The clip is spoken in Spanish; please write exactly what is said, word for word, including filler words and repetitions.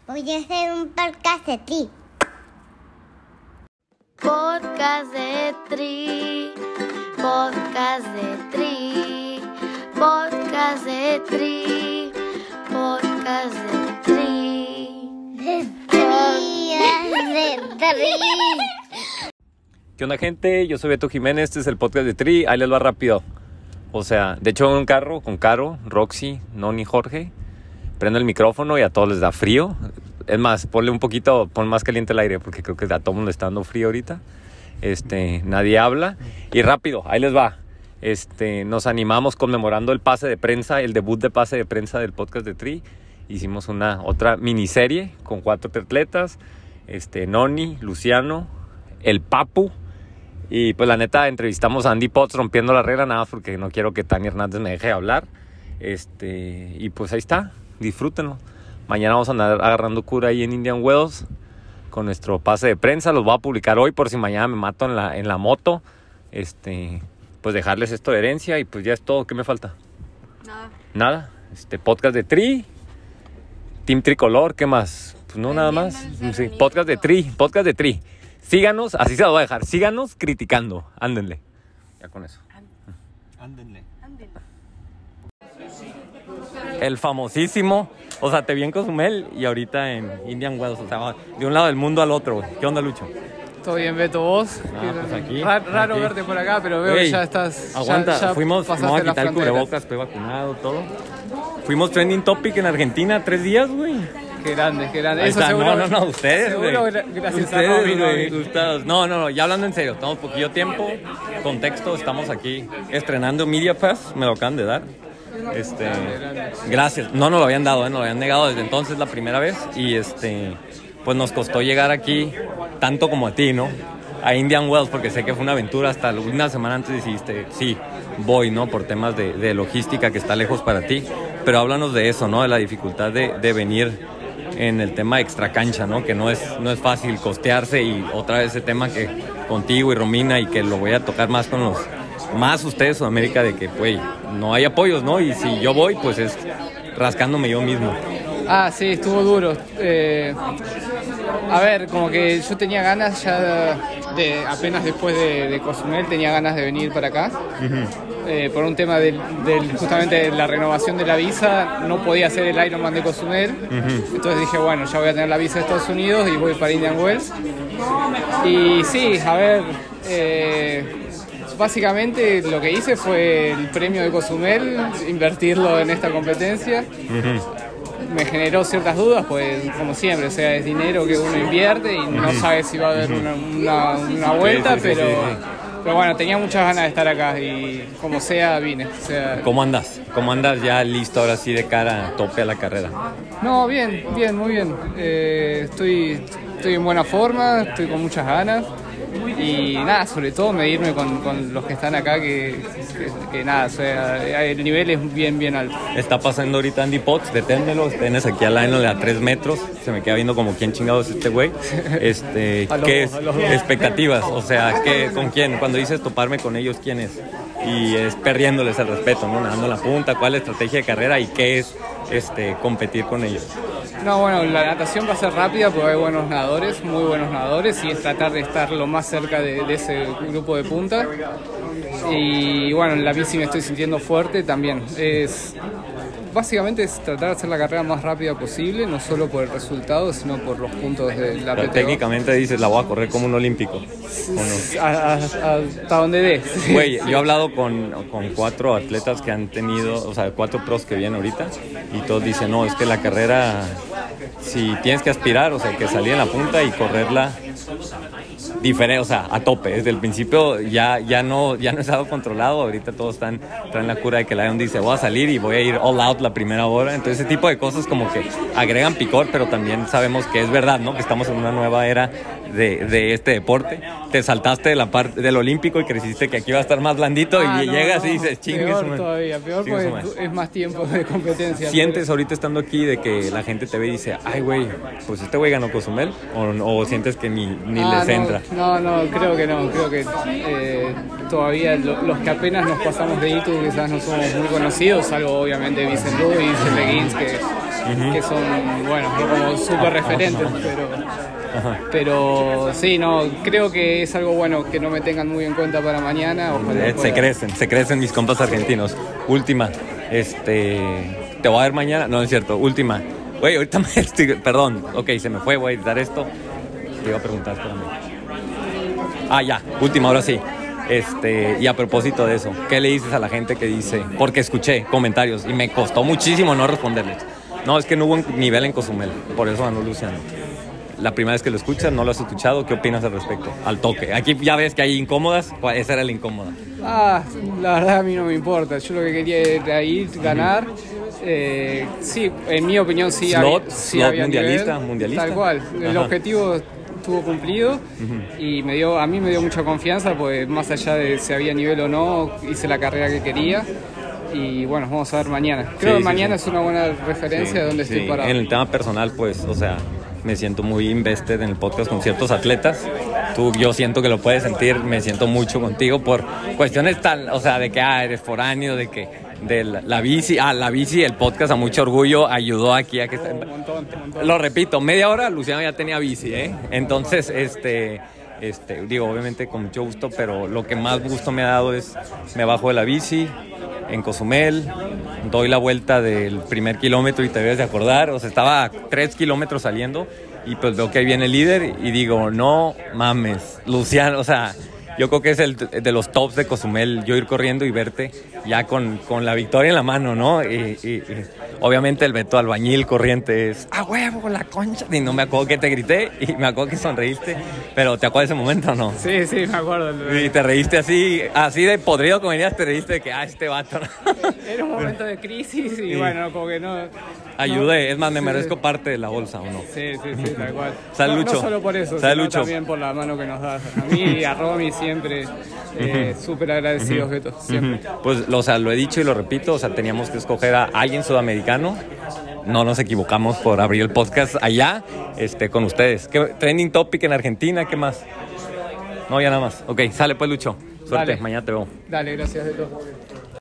Voy a hacer un podcast de Tri. Podcast de Tri, podcast de Tri, podcast de Tri, podcast de Tri. De Tri, de Tri. ¿Qué onda, gente? Yo soy Beto Jiménez, este es el podcast de Tri. Ahí les va rápido. O sea, de hecho, en un carro con Caro, Roxy, Noni, Jorge. Prendo el micrófono y a todos les da frío. Es más, ponle un poquito, pon más caliente el aire porque creo que a todo mundo le está dando frío ahorita. Este, nadie habla. Y rápido, ahí les va. Este, nos animamos conmemorando el pase de prensa, el debut de pase de prensa del podcast de Tri. Hicimos una otra miniserie con cuatro atletas. Este, Noni, Luciano, el Papu. Y pues la neta entrevistamos a Andy Potts rompiendo la regla, nada más porque no quiero que Tania Hernández me deje hablar. Este, y pues ahí está, disfrútenlo. Mañana vamos a andar agarrando cura ahí en Indian Wells con nuestro pase de prensa. Los voy a publicar hoy por si mañana me mato en la, en la moto. Este, pues dejarles esto de herencia y pues ya es todo. ¿Qué me falta? Nada. Nada. Este, podcast de Tri, Team Tricolor, ¿qué más? Pues no, nada más. Sí, podcast de Tri, podcast de Tri. Síganos, así se lo voy a dejar. Síganos criticando. Ándenle. Ya con eso. Ándenle. El famosísimo, o sea, te vi en Cozumel y ahorita en Indian Wells, o sea, de un lado del mundo al otro. ¿Qué onda, Lucho? Todo bien, Beto, ¿vos? Ah, pues aquí, Ra- Raro aquí. verte por acá, pero veo Ey, que ya estás... Aguanta, ya, ya fuimos, pasaste no, a la quitar el frontera. cubrebocas, estoy vacunado, todo. Fuimos trending topic en Argentina, tres días, güey. Qué grande, qué grande. Ahí Eso está. seguro, No, no, no, ustedes, güey. Seguro gra- gracias Ustedes, a Romy, güey, Romy. ustedes. No, no, no, ya hablando en serio, estamos poquillo tiempo, contexto, estamos aquí estrenando Media Pass, me lo acaban de dar. Este, gracias. No nos lo habían dado, ¿eh? Nos lo habían negado desde entonces la primera vez y este, pues nos costó llegar aquí tanto como a ti, ¿no? A Indian Wells, porque sé que fue una aventura. Hasta una semana antes decidiste, sí, voy, ¿no? Por temas de, de logística que está lejos para ti. Pero háblanos de eso, ¿no? De la dificultad de, de venir en el tema extra cancha, ¿no? Que no es, no es fácil costearse y otra vez ese tema que contigo y Romina y que lo voy a tocar más con los, más ustedes Sudamérica, de que, güey, no hay apoyos, ¿no? Y si yo voy, pues es rascándome yo mismo. Ah, sí, estuvo duro. Eh, a ver, como que yo tenía ganas ya de, de- apenas después de, de Cozumel, tenía ganas de venir para acá. Eh, por un tema del, del- justamente de la renovación de la visa, no podía hacer el Ironman de Cozumel. Entonces dije, bueno, ya voy a tener la visa de Estados Unidos y voy para Indian Wells. Y sí, a ver, eh, básicamente lo que hice fue el premio de Cozumel, invertirlo en esta competencia. Me generó ciertas dudas, pues como siempre, o sea, es dinero que uno invierte y no sabe si va a haber una, una, una vuelta, Sí, sí, sí, pero, sí, sí. pero bueno, tenía muchas ganas de estar acá y como sea, vine. O sea, ¿Cómo andas? ¿Cómo andas ya listo ahora sí de cara a tope a la carrera? no, bien, bien, muy bien. Eh, estoy, estoy en buena forma, estoy con muchas ganas. Y nada, sobre todo medirme con, con los que están acá, que, que, que nada, o sea, el nivel es bien, bien alto. Está pasando ahorita Andy Potts, deténmelo, tienes aquí a Lionel a tres metros, se me queda viendo como quién chingados es este güey. Este, A los ¿qué dos, es? a los dos. Expectativas, o sea, ¿qué, ¿con quién? Cuando dices toparme con ellos, ¿quién es? Y es perdiéndoles el respeto, ¿no? Nadando en la punta, ¿cuál es la estrategia de carrera y qué es este, competir con ellos? No, bueno, la natación va a ser rápida porque hay buenos nadadores, muy buenos nadadores, y es tratar de estar lo más cerca de, de ese grupo de punta. Y bueno, en la bici me estoy sintiendo fuerte también. Es, básicamente es tratar de hacer la carrera más rápida posible, no solo por el resultado, sino por los puntos de la Pero P T O. técnicamente dices, la voy a correr como un olímpico, ¿o no? A- a- a- hasta donde dé. Güey, yo he hablado con, con cuatro atletas que han tenido, o sea, cuatro pros que vienen ahorita, y todos dicen, no, es que la carrera, si tienes que aspirar, o sea, que salir en la punta y correrla diferente, o sea, a tope. Desde el principio ya, ya no ya no es algo controlado. Ahorita todos están traen la cura de que Lion dice, voy a salir y voy a ir all out la primera hora. Entonces ese tipo de cosas como que agregan picor, pero también sabemos que es verdad, ¿no? Que estamos en una nueva era de, de este deporte. Te saltaste de la parte del olímpico y creíste que aquí iba a estar más blandito Ah, y no, llegas no, y dices, chingue peor su madre". todavía, peor Chingue su porque madre. es más tiempo de competencia. ¿Sientes ahorita estando aquí de que la gente te ve y dice, ay, güey, pues este güey ganó Cozumel? ¿O, o sientes que ni, ni Ah, les no, entra? No, no, creo que no. Creo que eh, todavía lo- los que apenas nos pasamos de hito quizás no somos muy conocidos, salvo obviamente Vicent Lugo y Vicent Leguins, que uh-huh. que son, bueno, como súper referentes, pero... Ajá. Pero sí, no, creo que es algo bueno que no me tengan muy en cuenta para mañana. Ojalá se pueda... crecen, se crecen mis compas argentinos. Última, este, te voy a ver mañana, no, no es cierto, última. Güey, ahorita me estoy, perdón, ok, se me fue, voy a editar esto. Te iba a preguntar, espérame. Ah, ya, última, ahora sí. Este, y a propósito de eso, ¿qué le dices a la gente que dice? Porque escuché comentarios y me costó muchísimo no responderles. No, es que no hubo un nivel en Cozumel, por eso ganó Luciano. La primera vez que lo escuchas, no lo has escuchado, ¿qué opinas al respecto? Al toque. Aquí ya ves que hay incómodas, esa era la incómoda. Ah, la verdad a mí no me importa. Yo lo que quería era ir, ganar. Eh, sí, en mi opinión sí, slot, había, sí slot había mundialista, nivel, mundialista. Tal cual. El Ajá. objetivo estuvo cumplido uh-huh. y me dio, a mí me dio mucha confianza, pues más allá de si había nivel o no, hice la carrera que quería. Y bueno, vamos a ver mañana. Creo sí, que sí, mañana sí. es una buena referencia sí, de dónde sí. estoy parado. En el tema personal, pues, o sea, me siento muy invested en el podcast con ciertos atletas. Tú, yo siento que lo puedes sentir, me siento mucho contigo por cuestiones tal, o sea, de que ah, eres foráneo, de que de la, la bici, ah, la bici, el podcast a mucho orgullo ayudó aquí a que un montón, un montón. Lo repito, media hora Luciano ya tenía bici, ¿eh? Entonces, este, este, digo, obviamente con mucho gusto, pero lo que más gusto me ha dado es me bajo de la bici en Cozumel, doy la vuelta del primer kilómetro y te debes de acordar, o sea, estaba a tres kilómetros saliendo y pues veo que ahí viene el líder y digo, no mames, Luciano, o sea, yo creo que es el de los tops de Cozumel, yo ir corriendo y verte ya con, con la victoria en la mano, ¿no? Y, y, y obviamente el Beto Albañil corriente es ¡a huevo, la concha! Y no me acuerdo que te grité y me acuerdo que sonreíste, pero ¿te acuerdas de ese momento o no? Sí, sí, me acuerdo. Y te reíste así, así de podrido como venías, te reíste de que, ah, este vato. Era un momento de crisis y sí. bueno, como que no... Ayudé, no, es más, me sí, merezco sí. parte de la bolsa, ¿o no? Sí, sí, sí, tal cual. Sal, no, Lucho. No solo por eso, Sal, sino Lucho. también por la mano que nos das. A mí y a Romy siempre eh, uh-huh. súper agradecidos, uh-huh. Beto, siempre. Uh-huh. Pues, o sea, lo he dicho y lo repito, o sea, teníamos que escoger a alguien sudamericano. No nos equivocamos por abrir el podcast allá, este, con ustedes. ¿Qué, trending topic en Argentina? ¿Qué más? No, ya nada más. Ok, sale pues, Lucho. Suerte, Dale. mañana te veo. Dale, gracias, Beto.